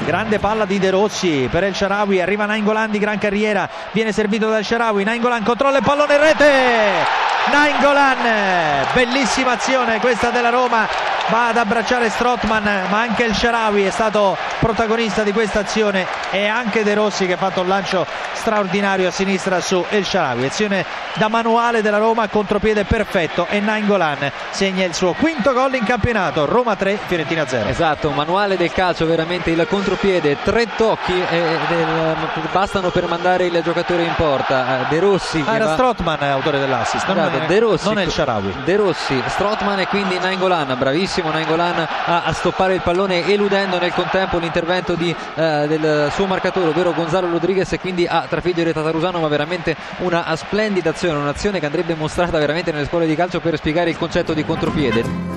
grande palla di De Rossi per El Shaarawy, arriva Nainggolan di gran carriera, viene servito dal Shaarawy, Nainggolan controlla il pallone in rete, Nainggolan, bellissima azione questa della Roma, va ad abbracciare Strootman, ma anche El Shaarawy è stato protagonista di questa azione e anche De Rossi che ha fatto un lancio straordinario a sinistra su El Shaarawy. Azione da manuale della Roma, contropiede perfetto e Nainggolan segna il suo quinto gol in campionato. Roma 3, Fiorentina 0. Esatto, manuale del calcio, veramente il contropiede, 3 tocchi bastano per mandare il giocatore in porta. De Rossi era Strootman autore dell'assist, De Rossi, non El Shaarawy. De Rossi, Strootman e quindi Nainggolan, bravissimo Nainggolan a stoppare il pallone, eludendo nel contempo l'intervento del suo marcatore, ovvero Gonzalo Rodriguez, e quindi a trafiggere Tatarusano. Ma veramente una splendida azione, un'azione che andrebbe mostrata veramente nelle scuole di calcio per spiegare il concetto di contropiede.